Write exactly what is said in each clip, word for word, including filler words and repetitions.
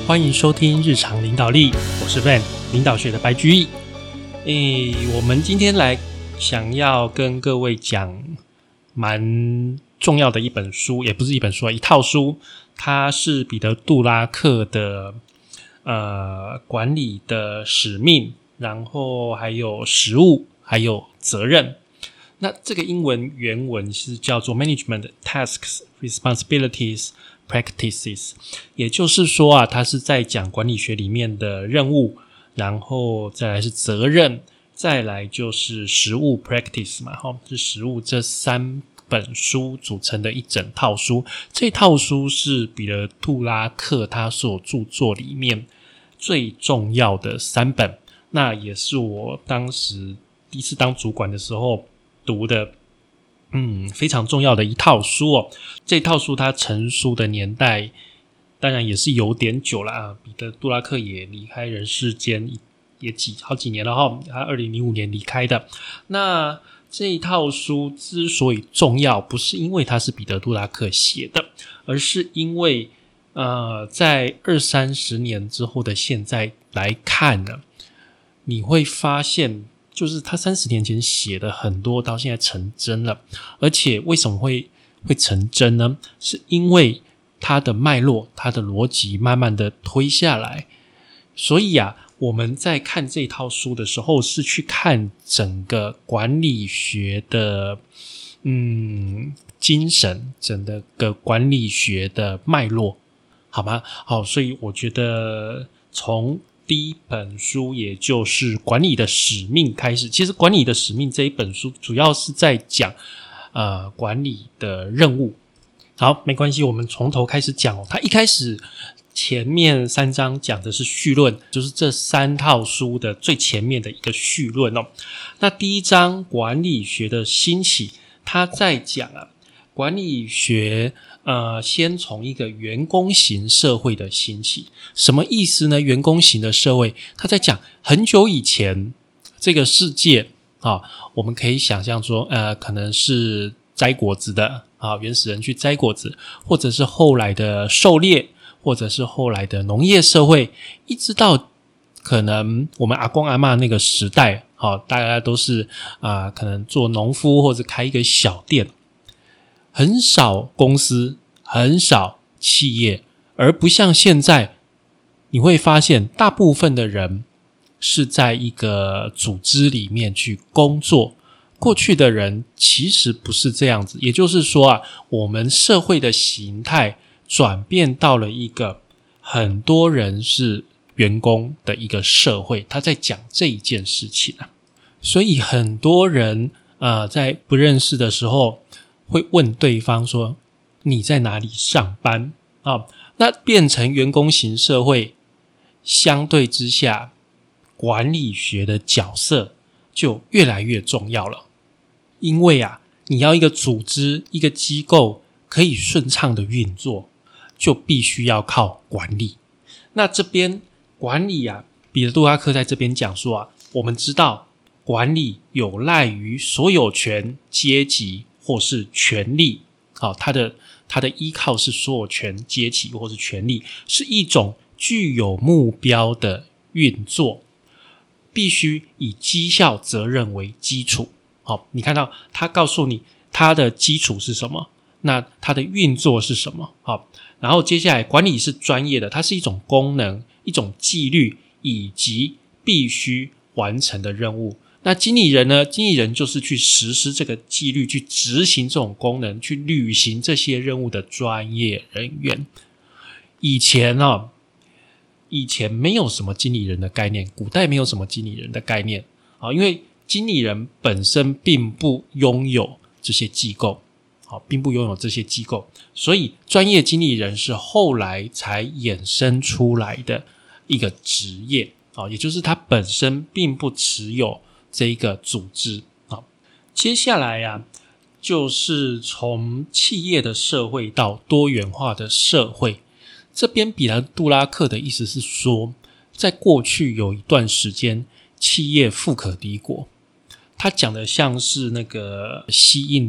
欢迎收听日常领导力，我是 Van， 领导学的白居易。诶，我们今天来想要跟各位讲蛮重要的一本书，也不是一本书，一套书，它是彼得·杜拉克的呃管理的使命，然后还有实务，还有责任。那这个英文原文是叫做 Management Tasks, Responsibilities, Practices， 也就是说啊，它是在讲管理学里面的任务，然后再来是责任，再来就是实务 Practice 嘛，是实务，这三本书组成的一整套书。这套书是彼得·杜拉克他所著作里面最重要的三本，那也是我当时第一次当主管的时候读的嗯，非常重要的一套书哦。这套书它成书的年代当然也是有点久了啊，彼得·杜拉克也离开人世间也几好几年了齁，他二零零五年离开的。那这一套书之所以重要，不是因为它是彼得·杜拉克写的，而是因为呃，在二三十年之后的现在来看呢，你会发现就是他三十年前写的很多到现在成真了。而且为什么会会成真呢？是因为他的脉络，他的逻辑慢慢的推下来。所以啊，我们在看这套书的时候是去看整个管理学的嗯精神，整个管理学的脉络，好吗？好，所以我觉得从第一本书也就是管理的使命开始，其实管理的使命这一本书主要是在讲呃管理的任务。好，没关系，我们从头开始讲哦。他一开始前面三章讲的是序论，就是这三套书的最前面的一个序论哦。那第一章管理学的兴起，他在讲啊管理学呃，先从一个员工型社会的兴起。什么意思呢？员工型的社会，他在讲很久以前这个世界啊，我们可以想象说呃，可能是摘果子的啊，原始人去摘果子，或者是后来的狩猎，或者是后来的农业社会，一直到可能我们阿公阿嬷那个时代啊，大家都是啊、呃，可能做农夫或者开一个小店，很少公司，很少企业，而不像现在你会发现大部分的人是在一个组织里面去工作。过去的人其实不是这样子，也就是说啊，我们社会的形态转变到了一个很多人是员工的一个社会，他在讲这一件事情啊。所以很多人呃，在不认识的时候会问对方说你在哪里上班啊？那变成员工型社会，相对之下管理学的角色就越来越重要了。因为啊，你要一个组织，一个机构可以顺畅的运作，就必须要靠管理。那这边管理啊，彼得·杜拉克在这边讲说啊，我们知道管理有赖于所有权阶级或是权力，好，它的它的依靠是所有权阶级或是权力，是一种具有目标的运作，必须以绩效责任为基础。好，你看到他告诉你它的基础是什么，那它的运作是什么。好，然后接下来管理是专业的，它是一种功能，一种纪律以及必须完成的任务。那经理人呢？经理人就是去实施这个纪律，去执行这种功能，去履行这些任务的专业人员。以前啊，以前没有什么经理人的概念，古代没有什么经理人的概念啊，因为经理人本身并不拥有这些机构，好，并不拥有这些机构，所以专业经理人是后来才衍生出来的一个职业，好，也就是他本身并不持有这一个组织。好，接下来啊，就是从企业的社会到多元化的社会。这边彼得·杜拉克的意思是说，在过去有一段时间企业富可敌国，他讲的像是那个西印度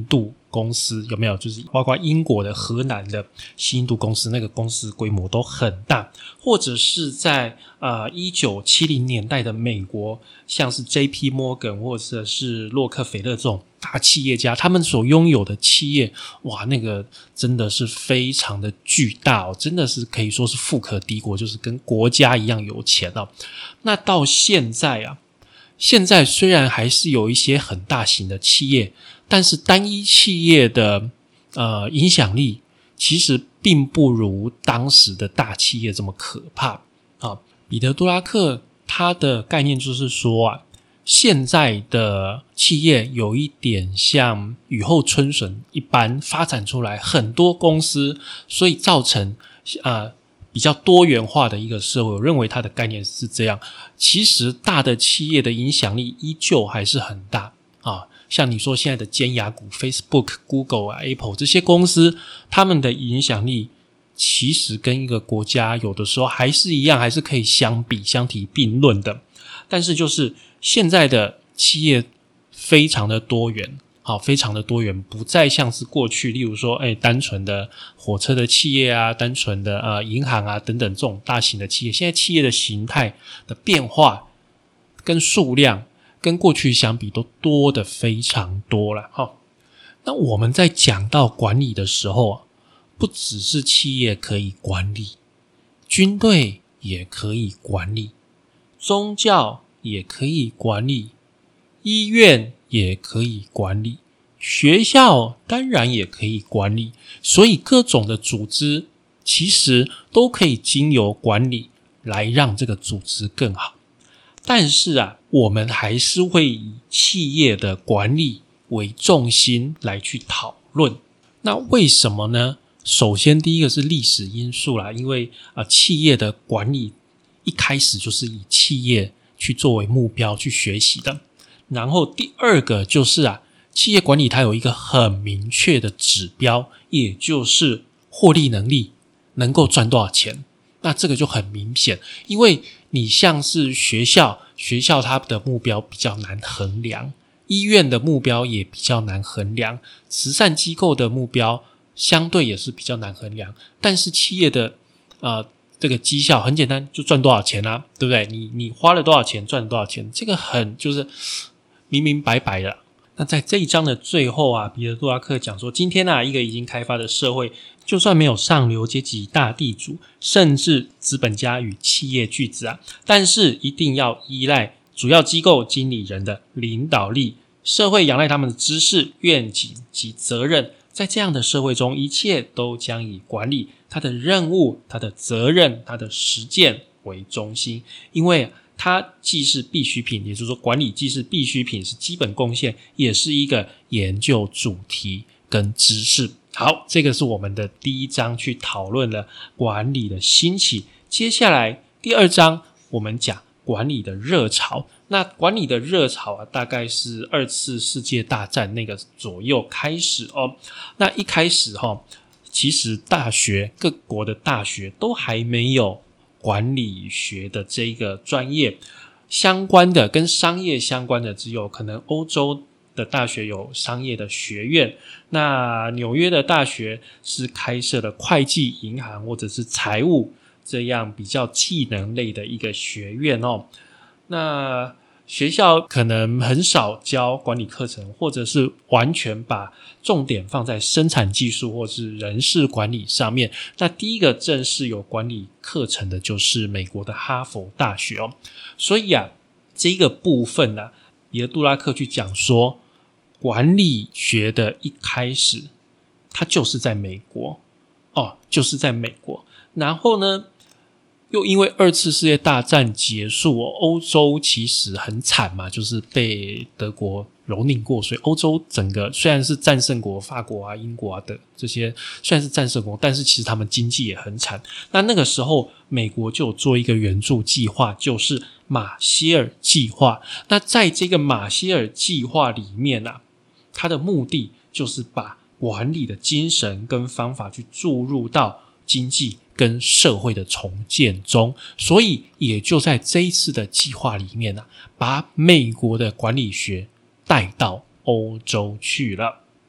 公司，有没有？就是包括英国的荷兰的西印度公司，那个公司规模都很大，或者是在呃一九七零年代的美国，像是 J P Morgan 或者是洛克菲勒这种大企业家，他们所拥有的企业，哇，那个真的是非常的巨大哦，真的是可以说是富可敌国，就是跟国家一样有钱哦。那到现在啊，现在虽然还是有一些很大型的企业，但是单一企业的呃影响力其实并不如当时的大企业这么可怕啊。彼得·杜拉克他的概念就是说啊，现在的企业有一点像雨后春笋一般发展出来很多公司，所以造成呃比较多元化的一个社会。我认为他的概念是这样，其实大的企业的影响力依旧还是很大啊。像你说现在的尖牙股 Facebook、Google 啊、Apple 这些公司，他们的影响力其实跟一个国家有的时候还是一样，还是可以相比相提并论的。但是就是现在的企业非常的多元，好，非常的多元，不再像是过去，例如说，哎，单纯的火车的企业啊，单纯的呃银行啊等等这种大型的企业，现在企业的形态的变化跟数量跟过去相比都多的非常多了。好，那我们在讲到管理的时候啊，不只是企业可以管理，军队也可以管理，宗教也可以管理，医院也可以管理，学校当然也可以管理，所以各种的组织其实都可以经由管理来让这个组织更好。但是啊，我们还是会以企业的管理为重心来去讨论。那为什么呢？首先第一个是历史因素啦，因为呃，企业的管理一开始就是以企业去作为目标去学习的。然后第二个就是啊，企业管理它有一个很明确的指标，也就是获利能力，能够赚多少钱。那这个就很明显，因为你像是学校，学校它的目标比较难衡量，医院的目标也比较难衡量，慈善机构的目标相对也是比较难衡量。但是企业的呃这个绩效很简单，就赚多少钱啊，对不对？你你花了多少钱，赚了多少钱，这个很就是明明白白的。那在这一章的最后啊，彼得·杜拉克讲说，今天啊，一个已经开发的社会，就算没有上流阶级大地主，甚至资本家与企业巨子啊，但是一定要依赖主要机构经理人的领导力，社会仰赖他们的知识、愿景及责任。在这样的社会中，一切都将以管理他的任务、他的责任、他的实践为中心，因为它既是必需品，也就是说管理既是必需品，是基本贡献，也是一个研究主题跟知识。好，这个是我们的第一章，去讨论了管理的兴起。接下来第二章我们讲管理的热潮。那管理的热潮啊，大概是二次世界大战那个左右开始哦。那一开始哦，其实大学各国的大学都还没有管理学的这个专业，相关的跟商业相关的只有可能欧洲的大学有商业的学院，那纽约的大学是开设了会计、银行或者是财务这样比较技能类的一个学院哦。那学校可能很少教管理课程，或者是完全把重点放在生产技术或是人事管理上面。那第一个正式有管理课程的就是美国的哈佛大学哦。所以啊，这个部分啊，彼得·杜拉克去讲说，管理学的一开始它就是在美国哦，就是在美国。然后呢，又因为二次世界大战结束哦，欧洲其实很惨嘛，就是被德国蹂躏过，所以欧洲整个虽然是战胜国，法国啊、英国啊的这些虽然是战胜国，但是其实他们经济也很惨。那那个时候美国就有做一个援助计划，就是马歇尔计划。那在这个马歇尔计划里面啊，它的目的就是把管理的精神跟方法去注入到经济跟社会的重建中，所以也就在这一次的计划里面啊，把美国的管理学带到欧洲去了。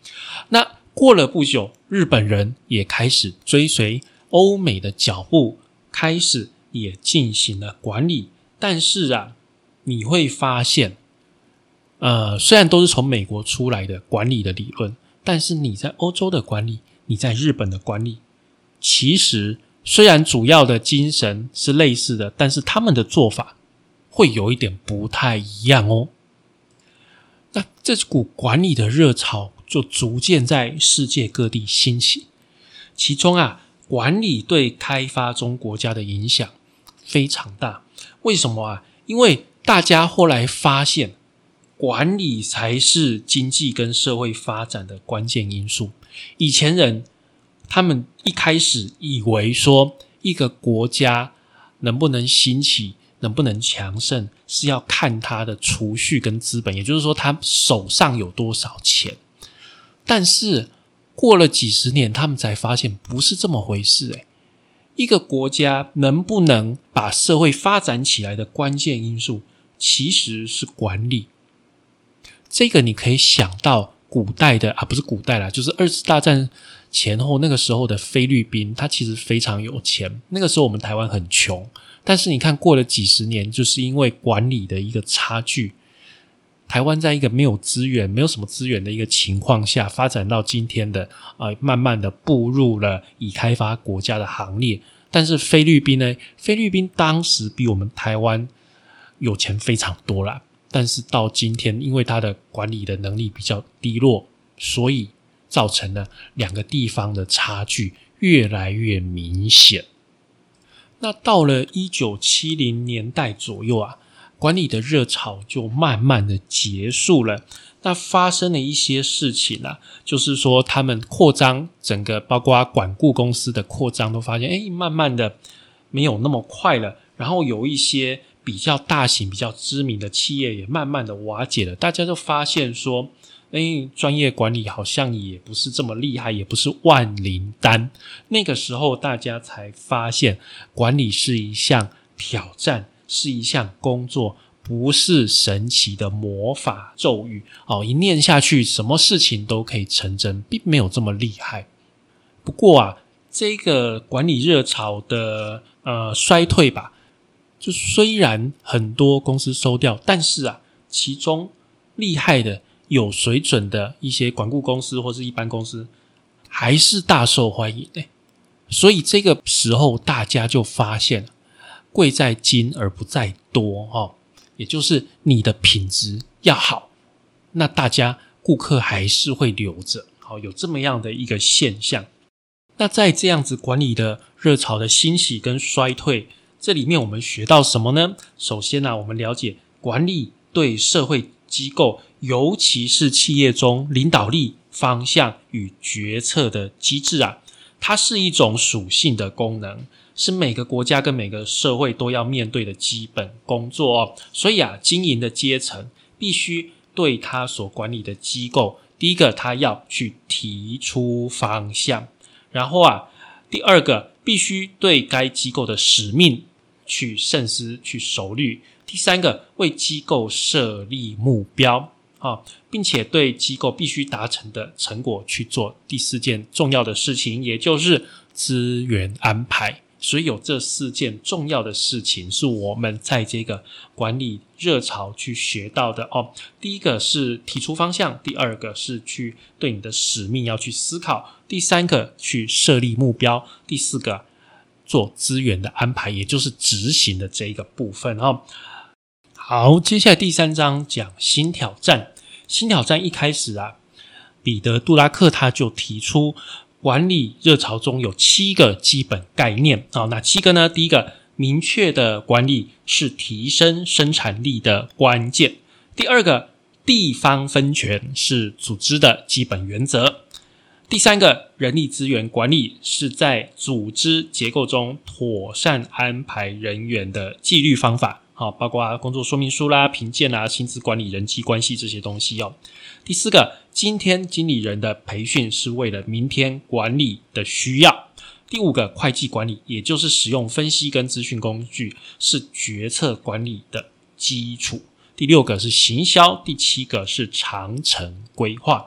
那过了不久，日本人也开始追随欧美的脚步，开始也进行了管理。但是啊，你会发现呃，虽然都是从美国出来的管理的理论，但是你在欧洲的管理，你在日本的管理，其实虽然主要的精神是类似的，但是他们的做法会有一点不太一样哦。那这股管理的热潮就逐渐在世界各地兴起，其中啊，管理对开发中国家的影响非常大。为什么啊？因为大家后来发现，管理才是经济跟社会发展的关键因素。以前人他们一开始以为说，一个国家能不能兴起，能不能强盛，是要看他的储蓄跟资本，也就是说他手上有多少钱。但是过了几十年，他们才发现不是这么回事诶。一个国家能不能把社会发展起来的关键因素其实是管理。这个你可以想到古代的啊，不是古代啦，就是二次大战前后那个时候的菲律宾，它其实非常有钱。那个时候我们台湾很穷，但是你看过了几十年，就是因为管理的一个差距，台湾在一个没有资源、没有什么资源的一个情况下，发展到今天的呃，慢慢的步入了已开发国家的行列。但是菲律宾呢，菲律宾当时比我们台湾有钱非常多啦。但是到今天，因为它的管理的能力比较低落，所以造成了两个地方的差距越来越明显。那到了一九七零年代左右啊，管理的热潮就慢慢的结束了。那发生了一些事情啊，就是说他们扩张，整个包括管顾公司的扩张都发现诶慢慢的没有那么快了，然后有一些比较大型比较知名的企业也慢慢的瓦解了。大家就发现说诶专业管理好像也不是这么厉害，也不是万灵丹。那个时候大家才发现管理是一项挑战，是一项工作，不是神奇的魔法咒语哦，一念下去什么事情都可以成真，并没有这么厉害。不过啊，这个管理热潮的呃衰退吧，就虽然很多公司收掉，但是啊，其中厉害的有水准的一些管顾公司或是一般公司还是大受欢迎的。所以这个时候大家就发现贵在精而不在多哦，也就是你的品质要好，那大家顾客还是会留着，好，有这么样的一个现象。那在这样子管理的热潮的兴起跟衰退，这里面我们学到什么呢？首先啊，我们了解管理对社会机构，尤其是企业中领导力、方向与决策的机制啊，它是一种属性的功能，是每个国家跟每个社会都要面对的基本工作哦。所以啊，经营的阶层必须对他所管理的机构，第一个他要去提出方向，然后啊，第二个必须对该机构的使命去慎思去熟虑，第三个为机构设立目标啊，并且对机构必须达成的成果去做第四件重要的事情，也就是资源安排。所以有这四件重要的事情是我们在这个管理热潮去学到的哦。第一个是提出方向，第二个是去对你的使命要去思考，第三个去设立目标，第四个做资源的安排，也就是执行的这一个部分哦。好，接下来第三章讲新挑战。新挑战一开始啊，彼得·杜拉克他就提出管理热潮中有七个基本概念啊，哪七个呢？第一个，明确的管理是提升生产力的关键。第二个，地方分权是组织的基本原则。第三个，人力资源管理是在组织结构中妥善安排人员的纪律方法，好，包括工作说明书啦、评鉴啦、薪资管理、人际关系这些东西哦。第四个，今天经理人的培训是为了明天管理的需要。第五个，会计管理，也就是使用分析跟资讯工具，是决策管理的基础。第六个是行销，第七个是长程规划。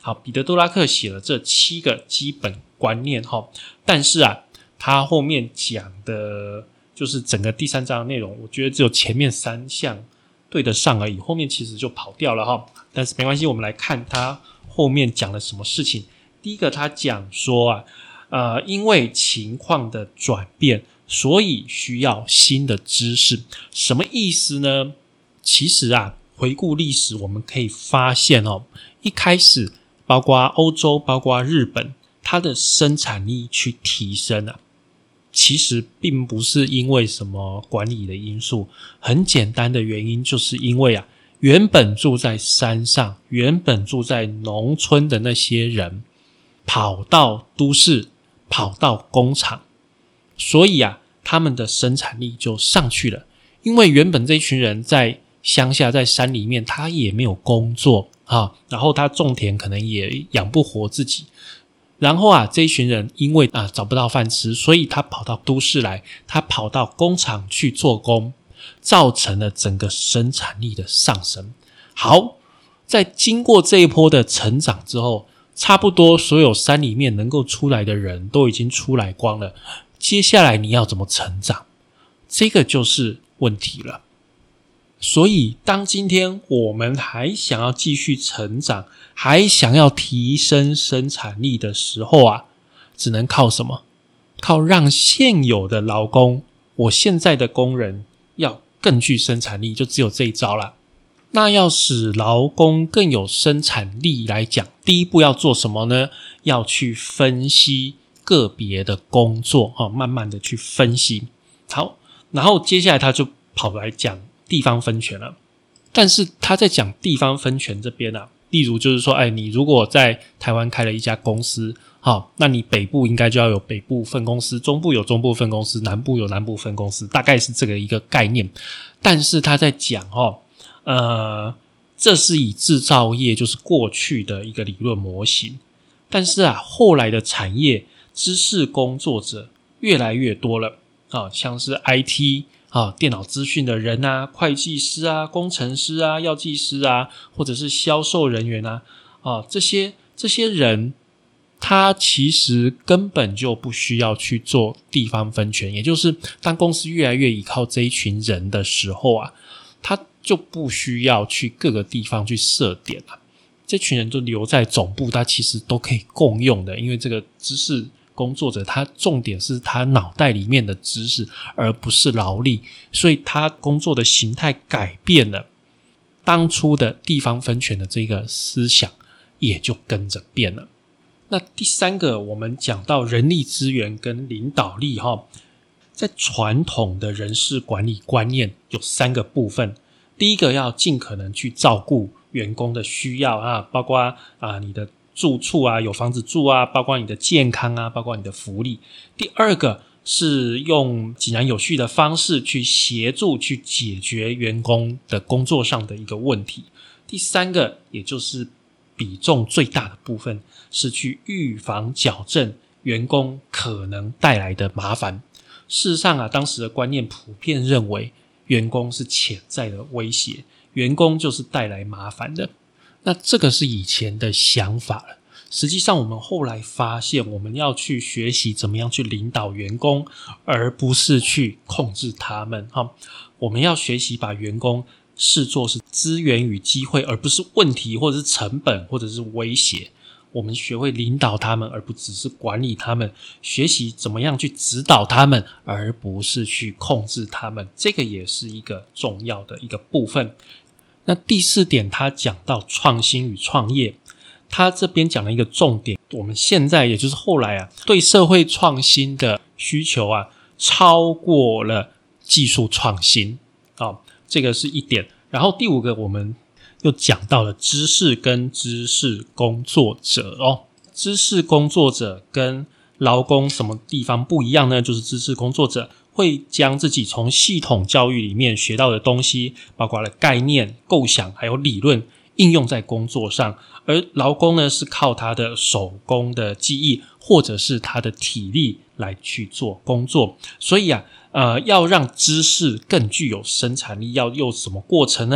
好，彼得·多拉克写了这七个基本观念齁，但是啊他后面讲的就是整个第三章的内容，我觉得只有前面三项对得上而已，后面其实就跑掉了齁。但是没关系，我们来看他后面讲了什么事情。第一个他讲说啊呃，因为情况的转变，所以需要新的知识。什么意思呢？其实啊回顾历史我们可以发现哦，一开始包括欧洲包括日本，它的生产力去提升啊，其实并不是因为什么管理的因素，很简单的原因就是因为啊原本住在山上原本住在农村的那些人跑到都市跑到工厂，所以啊他们的生产力就上去了。因为原本这一群人在乡下在山里面他也没有工作啊，然后他种田可能也养不活自己，然后啊这一群人因为啊找不到饭吃，所以他跑到都市来，他跑到工厂去做工，造成了整个生产力的上升。好，在经过这一波的成长之后，差不多所有山里面能够出来的人都已经出来光了，接下来你要怎么成长？这个就是问题了。所以当今天我们还想要继续成长，还想要提升生产力的时候啊，只能靠什么？靠让现有的劳工，我现在的工人要更具生产力，就只有这一招啦。那要使劳工更有生产力来讲，第一步要做什么呢？要去分析个别的工作、哦、慢慢的去分析。好，然后接下来他就跑来讲地方分权了。但是他在讲地方分权这边啊，例如就是说，哎，你如果在台湾开了一家公司，好，那你北部应该就要有北部分公司，中部有中部分公司，南部有南部分公司，大概是这个一个概念。但是他在讲哦，呃，这是以制造业就是过去的一个理论模型。但是啊，后来的产业知识工作者越来越多了啊，像是 I T 啊，电脑资讯的人啊，会计师啊，工程师啊，药剂师啊，或者是销售人员啊，啊，这些这些人他其实根本就不需要去做地方分权，也就是当公司越来越依靠这一群人的时候啊，他就不需要去各个地方去设点了，这群人就留在总部，他其实都可以共用的，因为这个知识工作者他重点是他脑袋里面的知识，而不是劳力，所以他工作的形态改变了，当初的地方分权的这个思想也就跟着变了。那第三个，我们讲到人力资源跟领导力齁，在传统的人事管理观念有三个部分。第一个要尽可能去照顾员工的需要啊，包括啊你的住处啊，有房子住啊，包括你的健康啊，包括你的福利。第二个是用井然有序的方式去协助去解决员工的工作上的一个问题。第三个，也就是比重最大的部分，是去预防矫正员工可能带来的麻烦。事实上啊，当时的观念普遍认为员工是潜在的威胁，员工就是带来麻烦的。那这个是以前的想法了。实际上我们后来发现，我们要去学习怎么样去领导员工，而不是去控制他们。我们要学习把员工视作是资源与机会，而不是问题或者是成本或者是威胁。我们学会领导他们，而不只是管理他们，学习怎么样去指导他们，而不是去控制他们，这个也是一个重要的一个部分。那第四点，他讲到创新与创业，他这边讲了一个重点，我们现在也就是后来啊，对社会创新的需求啊，超过了技术创新、哦、这个是一点。然后第五个，我们又讲到了知识跟知识工作者哦。知识工作者跟劳工什么地方不一样呢？就是知识工作者会将自己从系统教育里面学到的东西，包括了概念、构想还有理论，应用在工作上。而劳工呢，是靠他的手工的技艺或者是他的体力来去做工作。所以啊呃，要让知识更具有生产力，要用什么过程呢？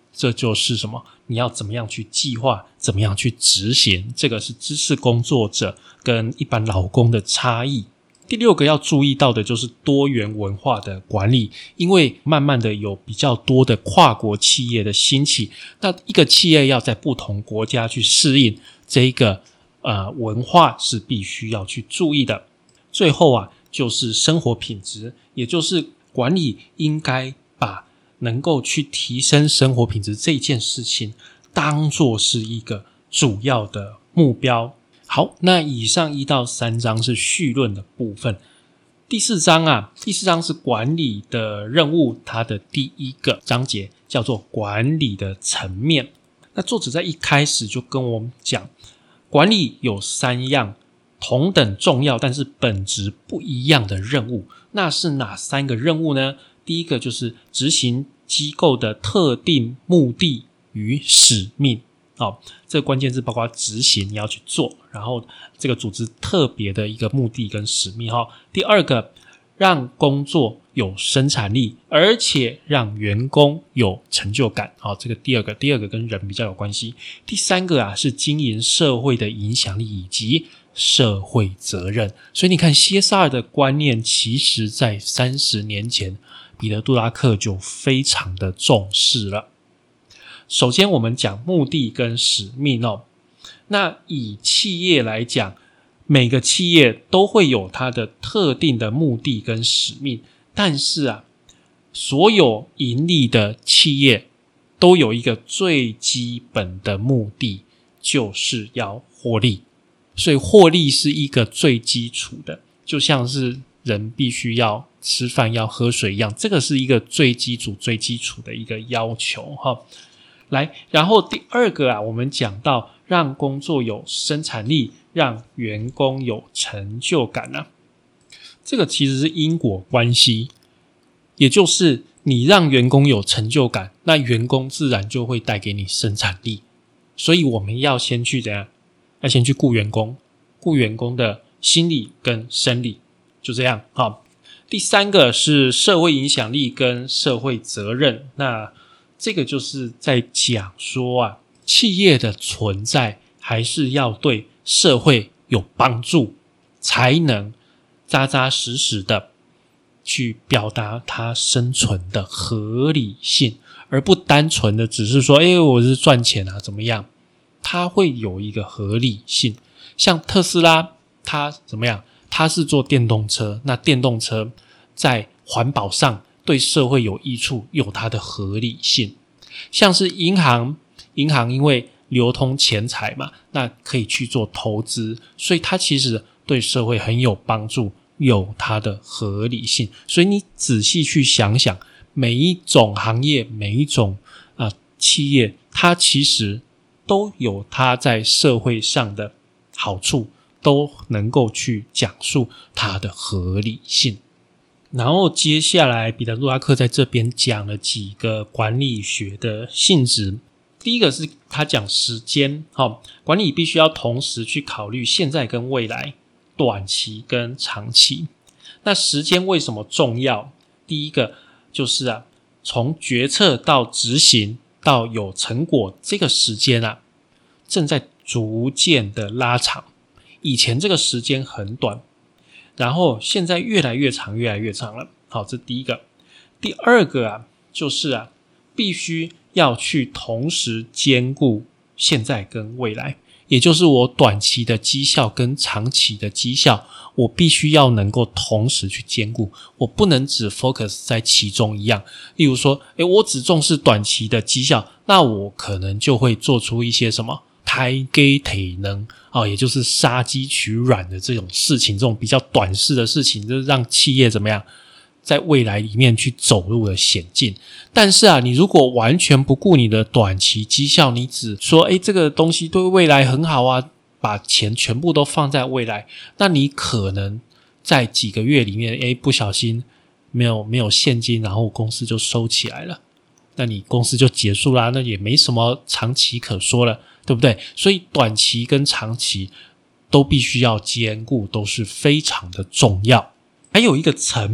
这就是什么？你要怎么样去计划，怎么样去执行，这个是知识工作者跟一般劳工的差异。第六个要注意到的就是多元文化的管理，因为慢慢的有比较多的跨国企业的兴起，那一个企业要在不同国家去适应这一个呃文化是必须要去注意的。最后啊，就是生活品质，也就是管理应该把能够去提升生活品质这件事情当作是一个主要的目标。好，那以上一到三章是绪论的部分。第四章啊，第四章是管理的任务，它的第一个章节叫做管理的层面。那作者在一开始就跟我们讲，管理有三样同等重要但是本质不一样的任务。那是哪三个任务呢？第一个就是执行机构的特定目的与使命。哦，这个关键字包括执行你要去做，然后这个组织特别的一个目的跟使命。哦，第二个，让工作有生产力，而且让员工有成就感。哦，这个第二个，第二个跟人比较有关系。第三个啊，是经营社会的影响力以及社会责任。所以你看 C S R 的观念，其实在三十年前彼得·杜拉克就非常的重视了。首先我们讲目的跟使命哦，那以企业来讲，每个企业都会有它的特定的目的跟使命，但是啊，所有盈利的企业都有一个最基本的目的，就是要获利。所以获利是一个最基础的，就像是人必须要吃饭要喝水一样，这个是一个最基础最基础的一个要求哈。来，然后第二个啊，我们讲到让工作有生产力，让员工有成就感啊，这个其实是因果关系，也就是你让员工有成就感，那员工自然就会带给你生产力。所以我们要先去怎样？要先去雇员工，雇员工的心理跟生理，就这样。好，第三个是社会影响力跟社会责任，那这个就是在讲说啊，企业的存在还是要对社会有帮助，才能扎扎实实的去表达它生存的合理性，而不单纯的只是说，诶，我是赚钱啊，怎么样？它会有一个合理性。像特斯拉，它怎么样？它是做电动车，那电动车在环保上对社会有益处，有它的合理性。像是银行，银行因为流通钱财嘛，那可以去做投资，所以它其实对社会很有帮助，有它的合理性。所以你仔细去想想，每一种行业，每一种、呃、企业，它其实都有它在社会上的好处，都能够去讲述它的合理性。然后接下来彼得·杜拉克在这边讲了几个管理学的性质。第一个是他讲时间、哦、管理必须要同时去考虑现在跟未来，短期跟长期。那时间为什么重要？第一个就是啊，从决策到执行到有成果，这个时间啊正在逐渐的拉长。以前这个时间很短，然后现在越来越长越来越长了。好，这第一个。第二个啊，就是啊，必须要去同时兼顾现在跟未来，也就是我短期的绩效跟长期的绩效，我必须要能够同时去兼顾，我不能只 focus 在其中一样。例如说，诶，我只重视短期的绩效，那我可能就会做出一些什么抬鸡体能、哦、也就是杀鸡取卵的这种事情，这种比较短视的事情，就是让企业怎么样在未来里面去走入了险境。但是啊，你如果完全不顾你的短期绩效，你只说诶这个东西对未来很好啊，把钱全部都放在未来，那你可能在几个月里面诶不小心没有没有现金，然后公司就收起来了，那你公司就结束啦，那也没什么长期可说了，对不对？所以短期跟长期都必须要兼顾，都是非常的重要。还有一个层面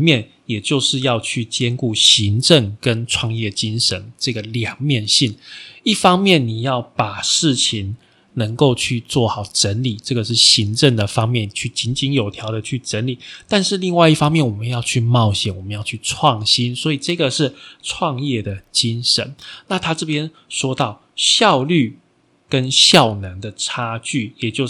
也就是要去兼顾行政跟创业精神这个两面性。一方面你要把事情能够去做好整理，这个是行政的方面，去井井有条的去整理，但是另外一方面我们要去冒险，我们要去创新，所以这个是创业的精神。那他这边说到效率跟效能的差距，也就是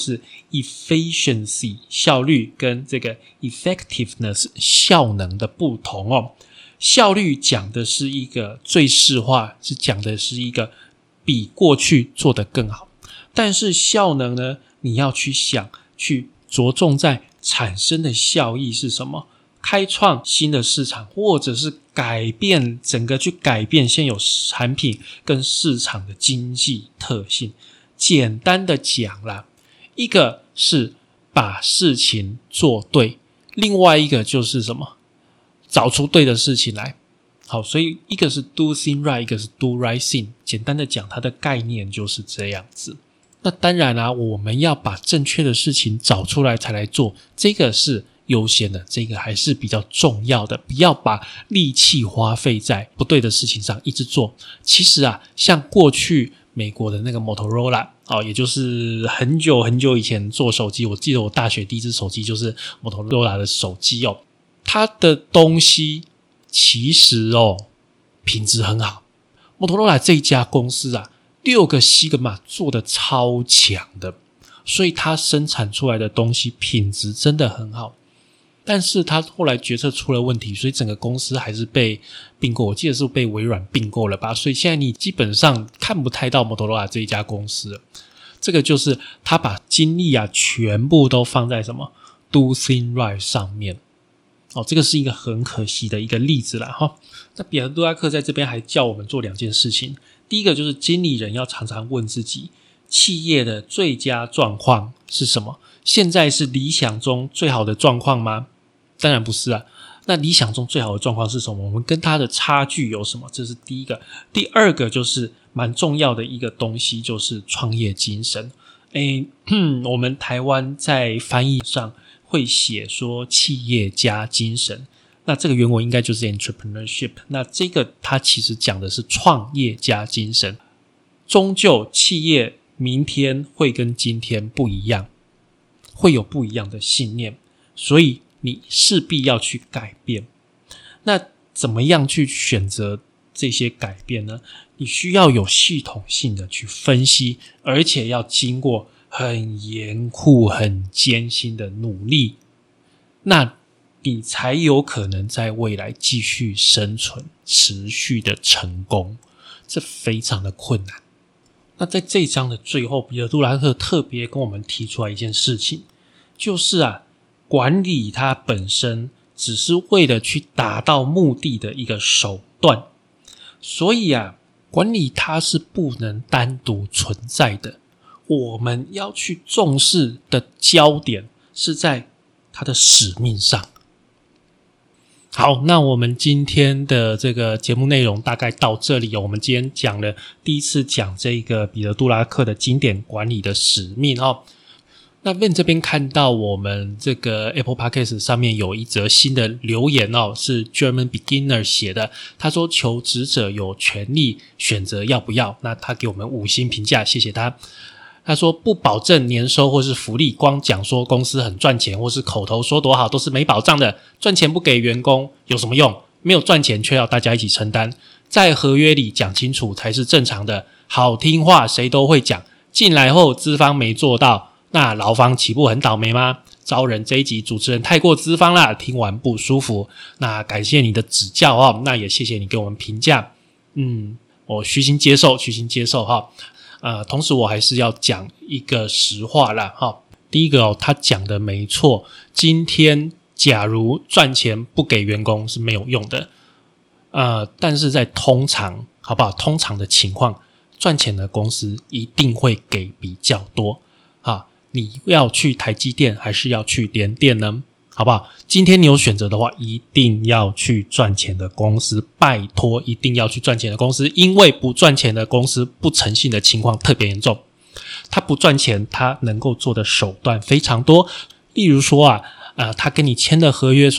efficiency 效率跟这个 effectiveness 效能的不同哦。效率讲的是一个最适化，是讲的是一个比过去做得更好，但是效能呢，你要去想，去着重在产生的效益是什么，开创新的市场，或者是改变整个去改变现有产品跟市场的经济特性。简单的讲啦，一个是把事情做对，另外一个就是什么，找出对的事情来。好，所以一个是 do thing right， 一个是 do right thing。简单的讲，它的概念就是这样子。那当然啦、啊，我们要把正确的事情找出来才来做，这个是优先的，这个还是比较重要的，不要把力气花费在不对的事情上一直做。其实啊，像过去美国的那个 Motorola 哦，也就是很久很久以前做手机，我记得我大学第一支手机就是 Motorola 的手机哦，它的东西其实哦品质很好。Motorola 这一家公司啊，六个 Sigma 做的超强的，所以它生产出来的东西品质真的很好。但是他后来决策出了问题，所以整个公司还是被并购，我记得是被微软并购了吧，所以现在你基本上看不太到 Motorola 这一家公司了。这个就是他把精力啊全部都放在什么 do thing right 上面。哦，这个是一个很可惜的一个例子啦齁。那彼得·杜拉克在这边还叫我们做两件事情，第一个就是经理人要常常问自己，企业的最佳状况是什么？现在是理想中最好的状况吗？当然不是啊。那理想中最好的状况是什么？我们跟它的差距有什么？这是第一个。第二个就是蛮重要的一个东西，就是创业精神。诶，我们台湾在翻译上会写说企业家精神，那这个原文应该就是 entrepreneurship， 那这个它其实讲的是创业家精神。终究企业明天会跟今天不一样，会有不一样的信念，所以你势必要去改变。那怎么样去选择这些改变呢？你需要有系统性的去分析，而且要经过很严酷很艰辛的努力，那你才有可能在未来继续生存，持续的成功，这非常的困难。那在这一章的最后，彼得·杜拉克特别跟我们提出来一件事情，就是啊，管理它本身只是为了去达到目的的一个手段，所以啊，管理它是不能单独存在的。我们要去重视的焦点是在它的使命上。好，那我们今天的这个节目内容大概到这里哦。我们今天讲了第一次讲这个彼得·杜拉克的经典管理的使命哦。那 Ben 这边看到我们这个 Apple Podcast 上面有一则新的留言哦，是 German Beginner 写的。他说求职者有权利选择要不要，那他给我们五星评价，谢谢他。他说不保证年收或是福利，光讲说公司很赚钱或是口头说多好都是没保障的，赚钱不给员工有什么用？没有赚钱却要大家一起承担，在合约里讲清楚才是正常的。好听话谁都会讲，进来后资方没做到，那劳方岂不很倒霉吗？招人这一集主持人太过资方啦，听完不舒服。那感谢你的指教哦，那也谢谢你给我们评价，嗯，我虚心接受，虚心接受哈。呃，同时我还是要讲一个实话啦哈。第一个哦，他讲的没错，今天假如赚钱不给员工是没有用的，呃，但是在通常好不好？通常的情况，赚钱的公司一定会给比较多啊。你要去台积电还是要去联电呢？好不好？今天你有选择的话，一定要去赚钱的公司，拜托一定要去赚钱的公司，因为不赚钱的公司不诚信的情况特别严重。他不赚钱，他能够做的手段非常多，例如说啊，呃，他跟你签的合约说，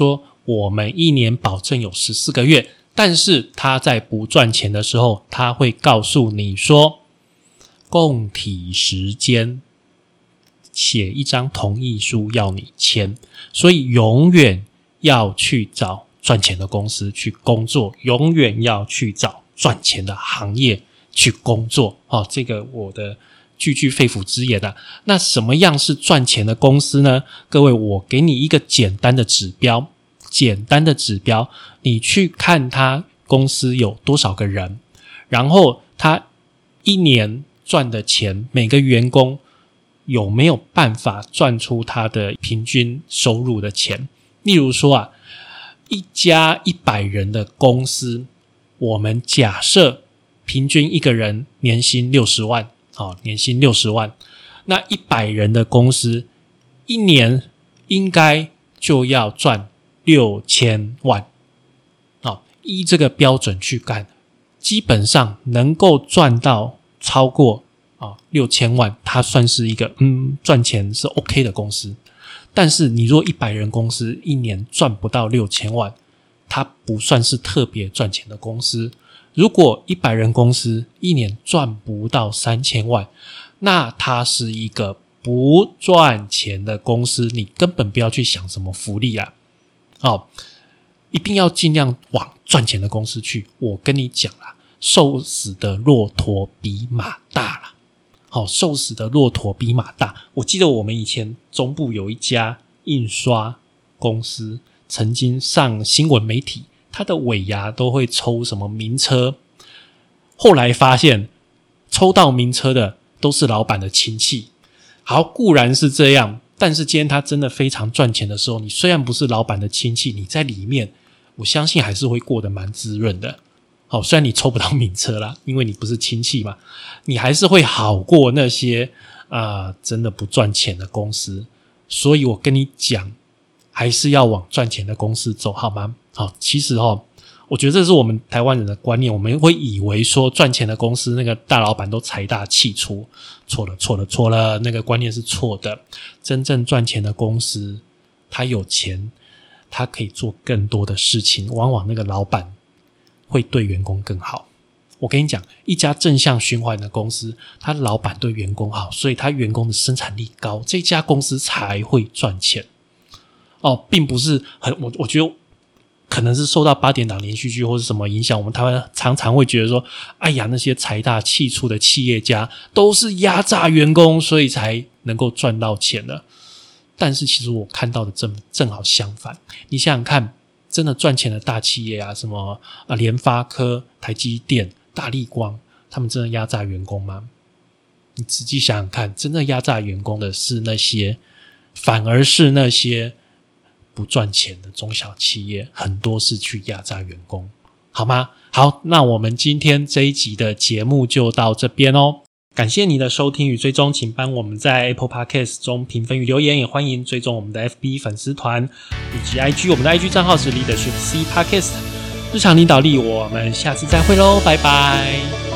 我们一年保证有十四个月，但是他在不赚钱的时候，他会告诉你说共体时间，写一张同意书要你签，所以永远要去找赚钱的公司去工作，永远要去找赚钱的行业去工作。哦，这个我的句句肺腑之言啊。那什么样是赚钱的公司呢？各位，我给你一个简单的指标，简单的指标，你去看他公司有多少个人，然后他一年赚的钱，每个员工有没有办法赚出他的平均收入的钱。例如说啊，一家一百人的公司，我们假设平均一个人年薪六十万，哦，年薪六十万，那一百人的公司一年应该就要赚六千万。哦，依这个标准去干，基本上能够赚到超过哦六千万，它算是一个嗯赚钱是 OK 的公司。但是你若一百人公司一年赚不到六千万，它不算是特别赚钱的公司。如果一百人公司一年赚不到三千万，那它是一个不赚钱的公司，你根本不要去想什么福利啊。哦，一定要尽量往赚钱的公司去。我跟你讲啦，瘦死的骆驼比马大啦。好，瘦死的骆驼比马大。我记得我们以前中部有一家印刷公司曾经上新闻媒体，它的尾牙都会抽什么名车，后来发现抽到名车的都是老板的亲戚。好，固然是这样，但是今天他真的非常赚钱的时候，你虽然不是老板的亲戚，你在里面我相信还是会过得蛮滋润的。好，虽然你抽不到名车啦，因为你不是亲戚嘛，你还是会好过那些啊、呃、真的不赚钱的公司。所以我跟你讲，还是要往赚钱的公司走，好吗？好，其实哦，我觉得这是我们台湾人的观念，我们会以为说赚钱的公司那个大老板都财大气粗，错了错了错了，那个观念是错的。真正赚钱的公司，他有钱，他可以做更多的事情，往往那个老板会对员工更好。我跟你讲，一家正向循环的公司，他老板对员工好，所以他员工的生产力高，这家公司才会赚钱。哦，并不是很我我觉得可能是受到八点档连续剧或是什么影响，我们台湾常常会觉得说，哎呀，那些财大气粗的企业家都是压榨员工，所以才能够赚到钱的。但是其实我看到的正正好相反。你想想看，真的赚钱的大企业啊，什么啊联发科、台积电、大立光，他们真的压榨员工吗？你仔细想想看，真的压榨员工的是那些，反而是那些不赚钱的中小企业，很多是去压榨员工，好吗？好，那我们今天这一集的节目就到这边哦。感谢你的收听与追踪，请帮我们在 Apple Podcast 中评分与留言，也欢迎追踪我们的 F B 粉丝团以及 I G， 我们的 I G 账号是 Leadership C Podcast 日常领导力，我们下次再会咯，拜拜。